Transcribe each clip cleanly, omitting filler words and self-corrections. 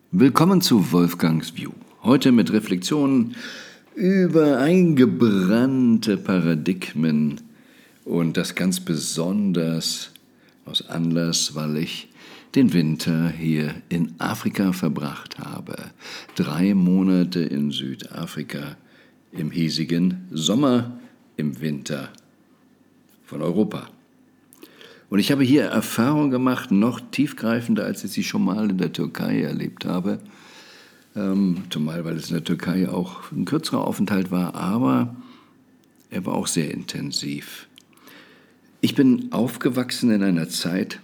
Willkommen zu Wolfgangs View. Heute mit Reflexionen über eingebrannte Paradigmen und das ganz besonders aus Anlass, weil ich den Winter hier in Afrika verbracht habe. 3 Monate in Südafrika im hiesigen Sommer, im Winter von Europa. Und ich habe hier Erfahrungen gemacht, noch tiefgreifender, als ich sie schon mal in der Türkei erlebt habe. Zumal, weil es in der Türkei auch ein kürzerer Aufenthalt war, aber er war auch sehr intensiv. Ich bin aufgewachsen in einer Zeit,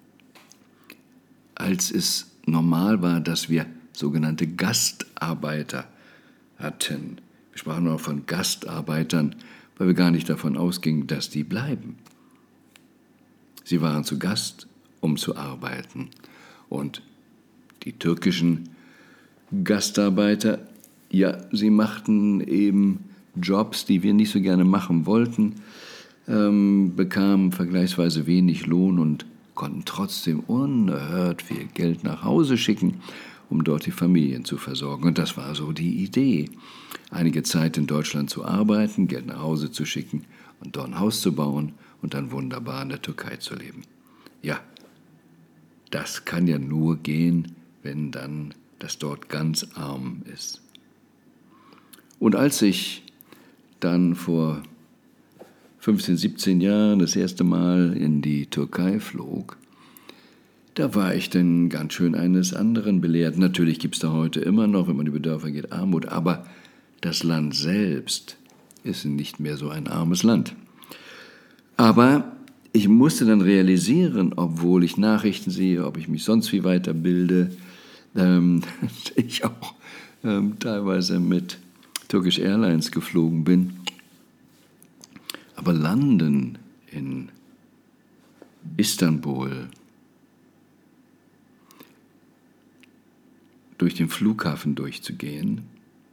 als es normal war, dass wir sogenannte Gastarbeiter hatten. Wir sprachen auch von Gastarbeitern, weil wir gar nicht davon ausgingen, dass die bleiben. Sie waren zu Gast, um zu arbeiten. Und die türkischen Gastarbeiter, ja, sie machten eben Jobs, die wir nicht so gerne machen wollten, bekamen vergleichsweise wenig Lohn und konnten trotzdem unerhört viel Geld nach Hause schicken, um dort die Familien zu versorgen. Und das war so die Idee, einige Zeit in Deutschland zu arbeiten, Geld nach Hause zu schicken und dort ein Haus zu bauen und dann wunderbar in der Türkei zu leben. Ja, das kann ja nur gehen, wenn dann das dort ganz arm ist. Und als ich dann vor 15, 17 Jahren das erste Mal in die Türkei flog, da war ich dann ganz schön eines anderen belehrt. Natürlich gibt es da heute immer noch, wenn man über Dörfer geht, Armut, aber das Land selbst ist nicht mehr so ein armes Land. Aber ich musste dann realisieren, obwohl ich Nachrichten sehe, ob ich mich sonst wie weiterbilde, ich auch teilweise mit Turkish Airlines geflogen bin. Aber landen in Istanbul, durch den Flughafen durchzugehen,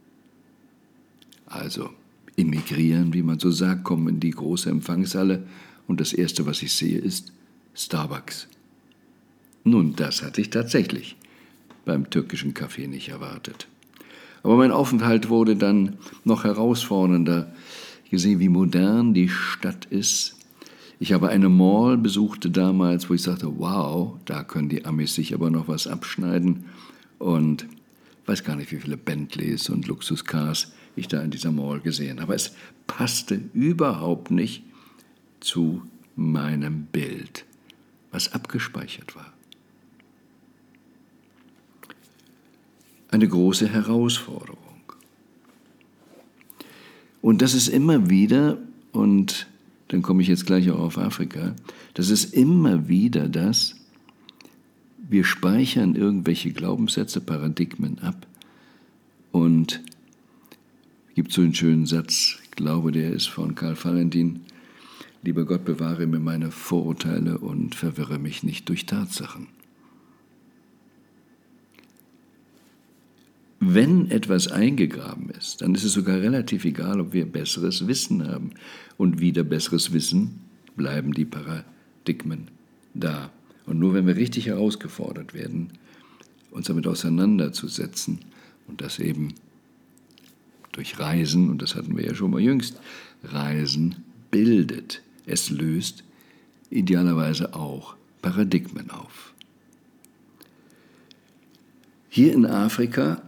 also immigrieren, wie man so sagt, kommen in die große Empfangshalle und das Erste, was ich sehe, ist Starbucks. Nun, das hatte ich tatsächlich beim türkischen Café nicht erwartet. Aber mein Aufenthalt wurde dann noch herausfordernder. Ich gesehen, wie modern die Stadt ist. Ich habe eine Mall besuchte damals, wo ich sagte, wow, da können die Amis sich aber noch was abschneiden. Und ich weiß gar nicht, wie viele Bentleys und Luxuscars ich da in dieser Mall gesehen habe. Es passte überhaupt nicht zu meinem Bild, was abgespeichert war. Eine große Herausforderung. Und das ist immer wieder, und dann komme ich jetzt gleich auch auf Afrika, das ist immer wieder das, wir speichern irgendwelche Glaubenssätze, Paradigmen ab und es gibt so einen schönen Satz, ich glaube, der ist von Karl Valentin: Lieber Gott, bewahre mir meine Vorurteile und verwirre mich nicht durch Tatsachen. Wenn etwas eingegraben ist, dann ist es sogar relativ egal, ob wir besseres Wissen haben. Und wieder besseres Wissen bleiben die Paradigmen da. Und nur wenn wir richtig herausgefordert werden, uns damit auseinanderzusetzen und das eben durch Reisen, und das hatten wir ja schon mal jüngst, Reisen bildet. Es löst idealerweise auch Paradigmen auf. Hier in Afrika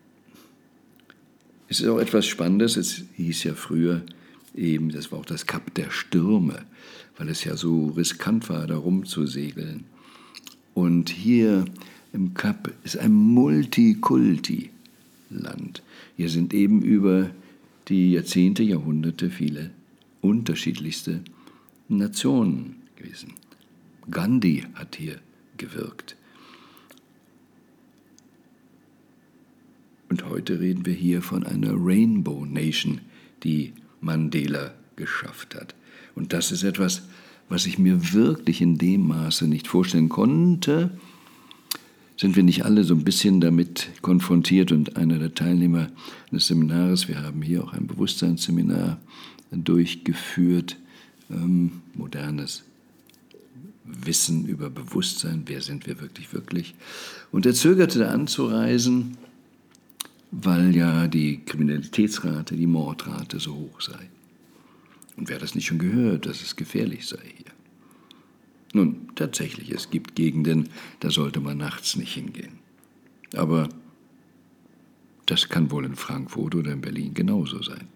ist es auch etwas Spannendes. Es hieß ja früher eben, das war auch das Kap der Stürme, weil es ja so riskant war, da rumzusegeln. Und hier im Kap ist ein Multikulti-Land. Hier sind eben über die Jahrzehnte, Jahrhunderte viele unterschiedlichste Nationen gewesen. Gandhi hat hier gewirkt. Und heute reden wir hier von einer Rainbow Nation, die Mandela geschafft hat. Und das ist etwas, was ich mir wirklich in dem Maße nicht vorstellen konnte. Sind wir nicht alle so ein bisschen damit konfrontiert? Und einer der Teilnehmer des Seminars, wir haben hier auch ein Bewusstseinsseminar durchgeführt, modernes Wissen über Bewusstsein, wer sind wir wirklich. Und er zögerte anzureisen, weil ja die Kriminalitätsrate, die Mordrate so hoch sei. Und wer hat das nicht schon gehört, dass es gefährlich sei hier? Nun, tatsächlich, es gibt Gegenden, da sollte man nachts nicht hingehen. Aber das kann wohl in Frankfurt oder in Berlin genauso sein.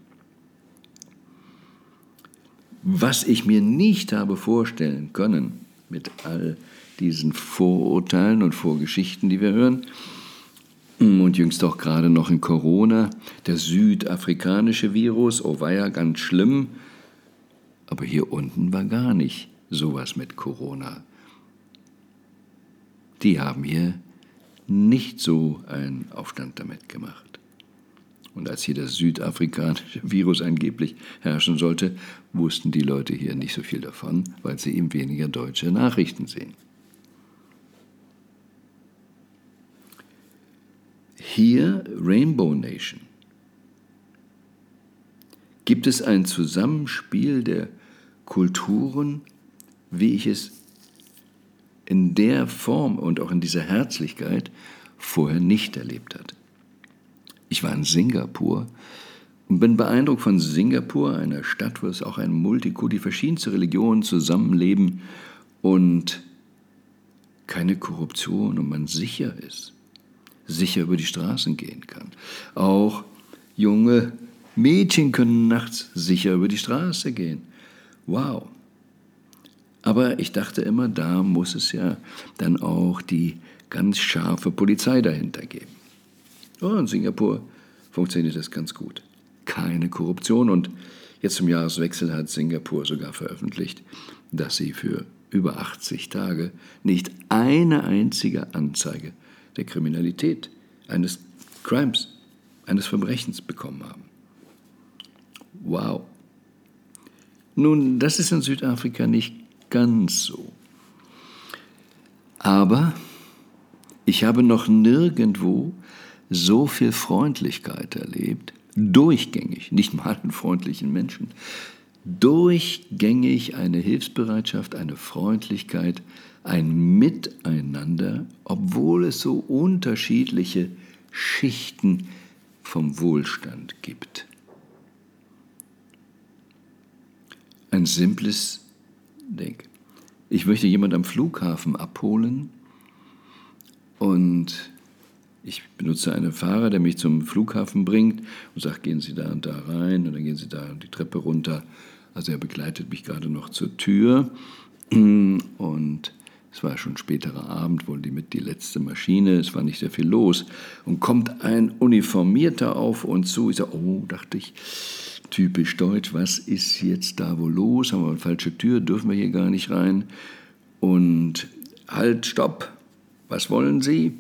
Was ich mir nicht habe vorstellen können, mit all diesen Vorurteilen und Vorgeschichten, die wir hören, und jüngst auch gerade noch in Corona, der südafrikanische Virus, oh war ja ganz schlimm, aber hier unten war gar nicht sowas mit Corona. Die haben hier nicht so einen Aufstand damit gemacht. Und als hier das südafrikanische Virus angeblich herrschen sollte, wussten die Leute hier nicht so viel davon, weil sie eben weniger deutsche Nachrichten sehen. Hier, Rainbow Nation, gibt es ein Zusammenspiel der Kulturen, wie ich es in der Form und auch in dieser Herzlichkeit vorher nicht erlebt hatte. Ich war in Singapur und bin beeindruckt von Singapur, einer Stadt, wo es auch ein Multikulti, verschiedenste Religionen zusammenleben und keine Korruption und man sicher ist, sicher über die Straßen gehen kann. Auch junge Mädchen können nachts sicher über die Straße gehen. Wow. Aber ich dachte immer, da muss es ja dann auch die ganz scharfe Polizei dahinter geben. Oh, in Singapur funktioniert das ganz gut. Keine Korruption. Und jetzt zum Jahreswechsel hat Singapur sogar veröffentlicht, dass sie für über 80 Tage nicht eine einzige Anzeige der Kriminalität, eines Crimes, eines Verbrechens bekommen haben. Wow. Nun, das ist in Südafrika nicht ganz so. Aber ich habe noch nirgendwo so viel Freundlichkeit erlebt, durchgängig, nicht mal einen freundlichen Menschen, durchgängig eine Hilfsbereitschaft, eine Freundlichkeit, ein Miteinander, obwohl es so unterschiedliche Schichten vom Wohlstand gibt. Ein simples Ding. Ich möchte jemanden am Flughafen abholen und ich benutze einen Fahrer, der mich zum Flughafen bringt und sagt, gehen Sie da und da rein und dann gehen Sie da die Treppe runter. Also er begleitet mich gerade noch zur Tür und es war schon späterer Abend, wohl die letzte Maschine, es war nicht sehr viel los und kommt ein Uniformierter auf uns zu. Ich sage, oh, dachte ich, typisch deutsch, was ist jetzt da wohl los? Haben wir eine falsche Tür, dürfen wir hier gar nicht rein? Und halt, stopp, was wollen Sie?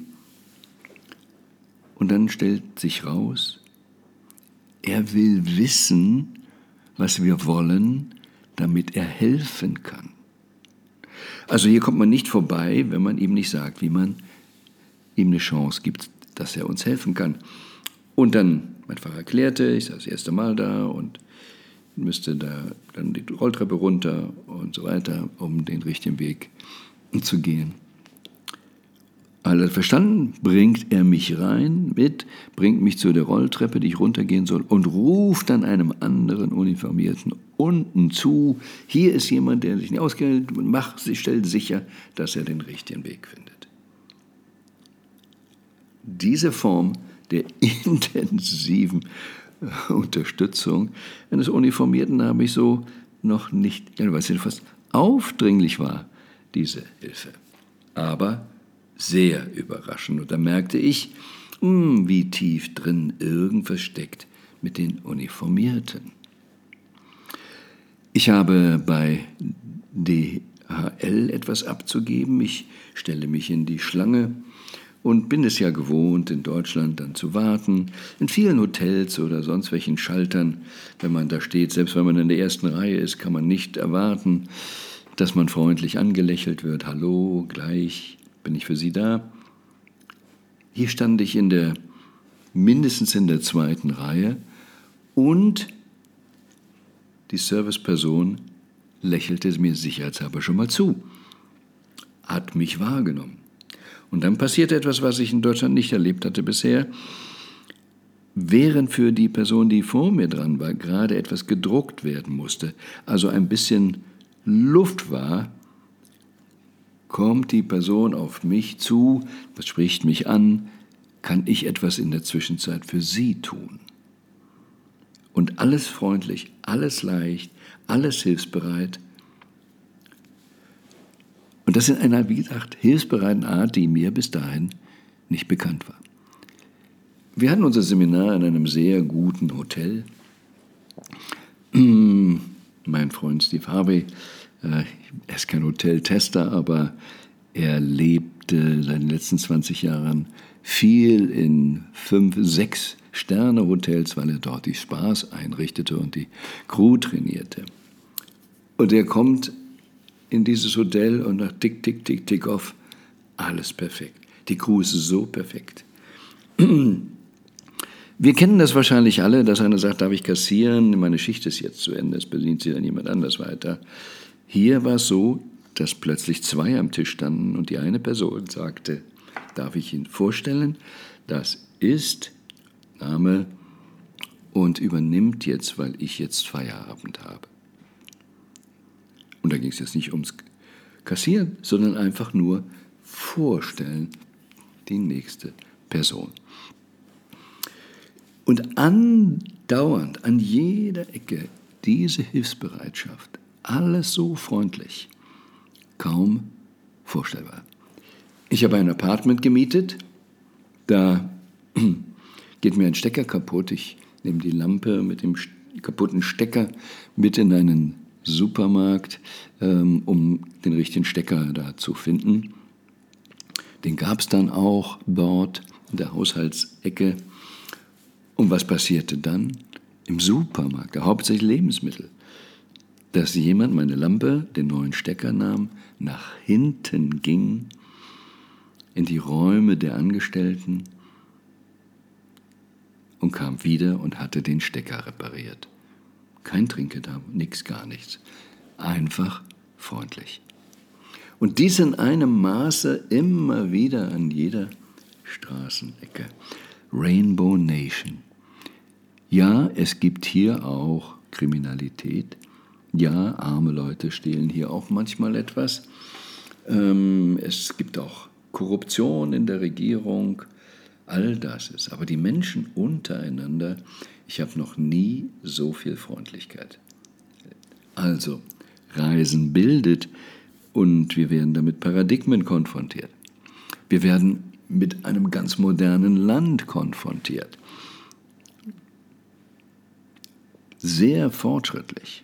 Und dann stellt sich raus, er will wissen, was wir wollen, damit er helfen kann. Also hier kommt man nicht vorbei, wenn man ihm nicht sagt, wie man ihm eine Chance gibt, dass er uns helfen kann. Und dann, mein Fahrer erklärte, ich war das erste Mal da und müsste da dann die Rolltreppe runter und so weiter, um den richtigen Weg zu gehen. Alles verstanden, bringt er mich rein mit, bringt mich zu der Rolltreppe, die ich runtergehen soll und ruft dann einem anderen Uniformierten unten zu, hier ist jemand, der sich nicht auskennt, stellt sicher, dass er den richtigen Weg findet. Diese Form der intensiven Unterstützung eines Uniformierten habe ich so noch nicht, weil es fast aufdringlich war, diese Hilfe. Aber sehr überraschend. Und da merkte ich, wie tief drin irgendwas steckt mit den Uniformierten. Ich habe bei DHL etwas abzugeben. Ich stelle mich in die Schlange und bin es ja gewohnt, in Deutschland dann zu warten. In vielen Hotels oder sonst welchen Schaltern, wenn man da steht, selbst wenn man in der ersten Reihe ist, kann man nicht erwarten, dass man freundlich angelächelt wird. Hallo, gleich bin ich für Sie da. Hier stand ich mindestens in der zweiten Reihe und die Serviceperson lächelte mir sicherheitshalber schon mal zu. hat mich wahrgenommen. Und dann passierte etwas, was ich in Deutschland nicht erlebt hatte bisher. Während für die Person, die vor mir dran war, gerade etwas gedruckt werden musste, also ein bisschen Luft war, kommt die Person auf mich zu, das spricht mich an, kann ich etwas in der Zwischenzeit für sie tun? Und alles freundlich, alles leicht, alles hilfsbereit. Und das in einer, wie gesagt, hilfsbereiten Art, die mir bis dahin nicht bekannt war. Wir hatten unser Seminar in einem sehr guten Hotel. Mein Freund Steve Harvey, er ist kein Hoteltester, aber er lebte seit den letzten 20 Jahren viel in 5, 6 Sterne-Hotels, weil er dort die Spas einrichtete und die Crew trainierte. Und er kommt in dieses Hotel und nach Tick, Tick, Tick, Tick off, alles perfekt. Die Crew ist so perfekt. Wir kennen das wahrscheinlich alle, dass einer sagt, darf ich kassieren, meine Schicht ist jetzt zu Ende, es bedient sich dann jemand anders weiter. Hier war es so, dass plötzlich 2 am Tisch standen und die eine Person sagte, darf ich Ihnen vorstellen, das ist Name und übernimmt jetzt, weil ich jetzt Feierabend habe. Und da ging es jetzt nicht ums Kassieren, sondern einfach nur vorstellen, die nächste Person. Und andauernd, an jeder Ecke, diese Hilfsbereitschaft, alles so freundlich, kaum vorstellbar. Ich habe ein Apartment gemietet, da geht mir ein Stecker kaputt, ich nehme die Lampe mit dem kaputten Stecker mit in einen Supermarkt, um den richtigen Stecker da zu finden. Den gab es dann auch dort in der Haushaltsecke. Und was passierte dann? Im Supermarkt, hauptsächlich Lebensmittel, dass jemand meine Lampe, den neuen Stecker nahm, nach hinten ging, in die Räume der Angestellten und kam wieder und hatte den Stecker repariert. Kein Trinkgeld, nichts, gar nichts. Einfach freundlich. Und dies in einem Maße immer wieder an jeder Straßenecke. Rainbow Nation. Ja, es gibt hier auch Kriminalität. Ja, arme Leute stehlen hier auch manchmal etwas. Es gibt auch Korruption in der Regierung. All das ist. Aber die Menschen untereinander, ich habe noch nie so viel Freundlichkeit. Also, Reisen bildet und wir werden damit Paradigmen konfrontiert. Wir werden mit einem ganz modernen Land konfrontiert. Sehr fortschrittlich.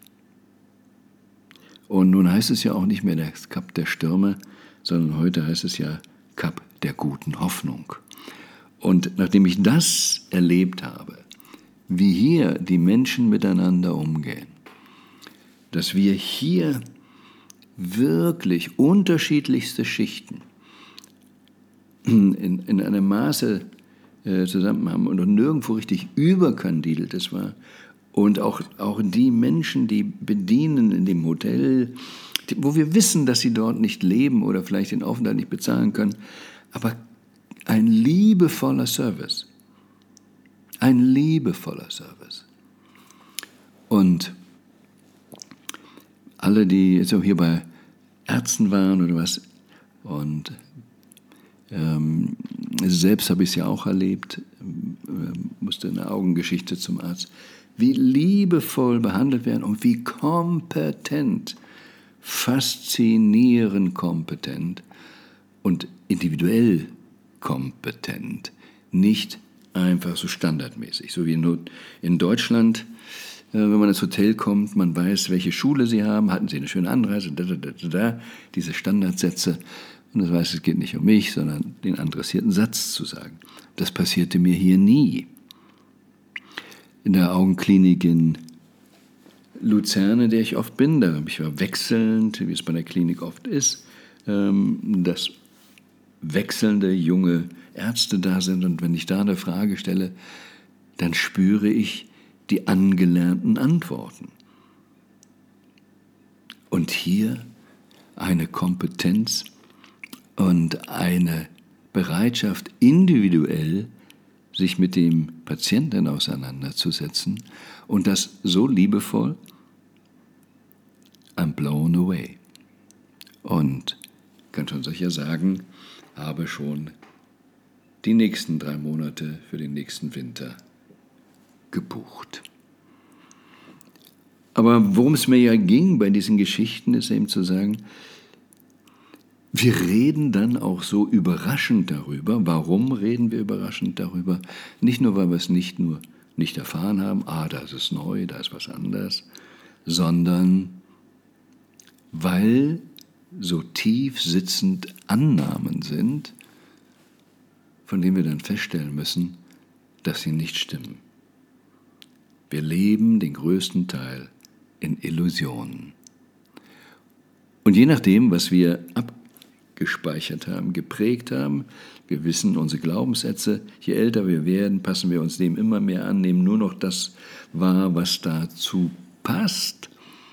Und nun heißt es ja auch nicht mehr das Kap der Stürme, sondern heute heißt es ja Kap der guten Hoffnung. Und nachdem ich das erlebt habe, wie hier die Menschen miteinander umgehen, dass wir hier wirklich unterschiedlichste Schichten in einem Maße zusammen haben und nirgendwo richtig überkandidelt es war. Und auch die Menschen, die bedienen in dem Hotel, wo wir wissen, dass sie dort nicht leben oder vielleicht den Aufenthalt nicht bezahlen können, aber ein liebevoller Service. Ein liebevoller Service. Und alle, die jetzt auch hier bei Ärzten waren oder was, und selbst habe ich es ja auch erlebt, musste eine Augengeschichte zum Arzt, wie liebevoll behandelt werden und wie kompetent, faszinierend kompetent und individuell kompetent, nicht einfach so standardmäßig. So wie in Deutschland, wenn man ins Hotel kommt, man weiß, welche Schule sie haben, hatten sie eine schöne Anreise, diese Standardsätze. Und das weiß, es geht nicht um mich, sondern den adressierten Satz zu sagen. Das passierte mir hier nie. In der Augenklinik in Luzern, in der ich oft bin, da habe ich ja wechselnd, wie es bei der Klinik oft ist, dass wechselnde junge Ärzte da sind. Und wenn ich da eine Frage stelle, dann spüre ich die angelernten Antworten. Und hier eine Kompetenz, und eine Bereitschaft, individuell sich mit dem Patienten auseinanderzusetzen und das so liebevoll. I'm blown away. Und kann schon sicher sagen, habe schon die nächsten 3 Monate für den nächsten Winter gebucht. Aber worum es mir ja ging bei diesen Geschichten, ist eben zu sagen, wir reden dann auch so überraschend darüber. Warum reden wir überraschend darüber? Nicht nur, weil wir es nicht erfahren haben, da ist es neu, da ist was anderes, sondern weil so tief sitzend Annahmen sind, von denen wir dann feststellen müssen, dass sie nicht stimmen. Wir leben den größten Teil in Illusionen. Und je nachdem, was wir abgespeichert haben, geprägt haben, wir wissen unsere Glaubenssätze, je älter wir werden, passen wir uns dem immer mehr an, nehmen nur noch das wahr, was dazu passt.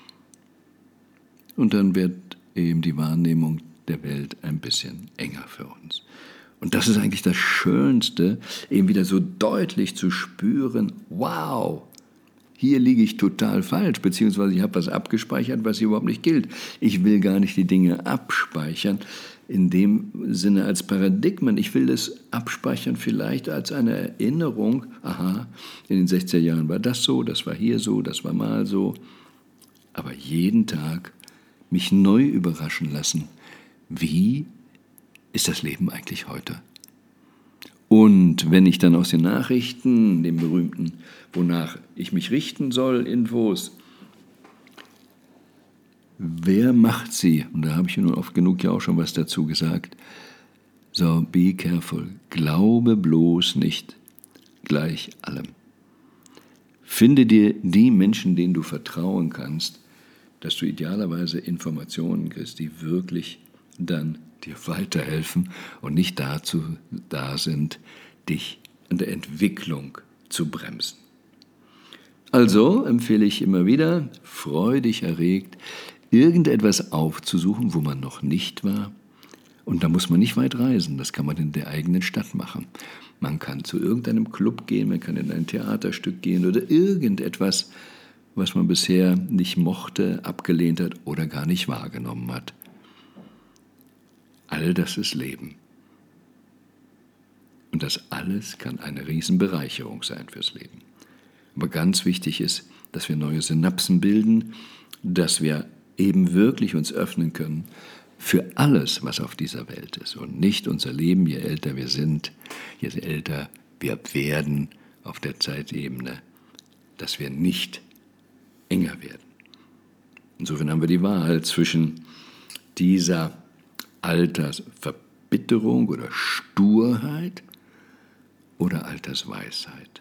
Und dann wird eben die Wahrnehmung der Welt ein bisschen enger für uns. Und das ist eigentlich das Schönste, eben wieder so deutlich zu spüren, wow, hier liege ich total falsch, beziehungsweise ich habe was abgespeichert, was hier überhaupt nicht gilt. Ich will gar nicht die Dinge abspeichern, in dem Sinne als Paradigmen. Ich will das abspeichern vielleicht als eine Erinnerung, in den 60er Jahren war das so, das war hier so, das war mal so. Aber jeden Tag mich neu überraschen lassen, wie ist das Leben eigentlich heute? Und wenn ich dann aus den Nachrichten, den berühmten, wonach ich mich richten soll, Infos, wer macht sie? Und da habe ich nun oft genug ja auch schon was dazu gesagt. So, be careful. Glaube bloß nicht gleich allem. Finde dir die Menschen, denen du vertrauen kannst, dass du idealerweise Informationen kriegst, die wirklich dann dir weiterhelfen und nicht dazu da sind, dich an der Entwicklung zu bremsen. Also empfehle ich immer wieder, freudig erregt, irgendetwas aufzusuchen, wo man noch nicht war. Und da muss man nicht weit reisen, das kann man in der eigenen Stadt machen. Man kann zu irgendeinem Club gehen, man kann in ein Theaterstück gehen oder irgendetwas, was man bisher nicht mochte, abgelehnt hat oder gar nicht wahrgenommen hat. All das ist Leben. Und das alles kann eine Riesenbereicherung sein fürs Leben. Aber ganz wichtig ist, dass wir neue Synapsen bilden, dass wir eben wirklich uns öffnen können für alles, was auf dieser Welt ist. Und nicht unser Leben, je älter wir sind, je älter wir werden auf der Zeitebene, dass wir nicht enger werden. Insofern haben wir die Wahl zwischen dieser Altersverbitterung oder Sturheit oder Altersweisheit.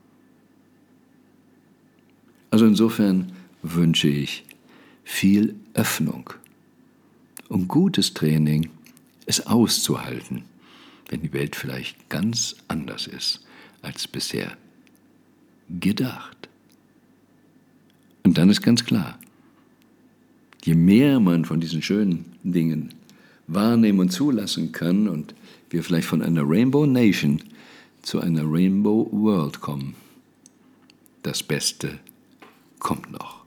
Also insofern wünsche ich viel Öffnung und gutes Training, es auszuhalten, wenn die Welt vielleicht ganz anders ist als bisher gedacht. Und dann ist ganz klar, je mehr man von diesen schönen Dingen wahrnehmen und zulassen kann und wir vielleicht von einer Rainbow Nation zu einer Rainbow World kommen, das Beste kommt noch.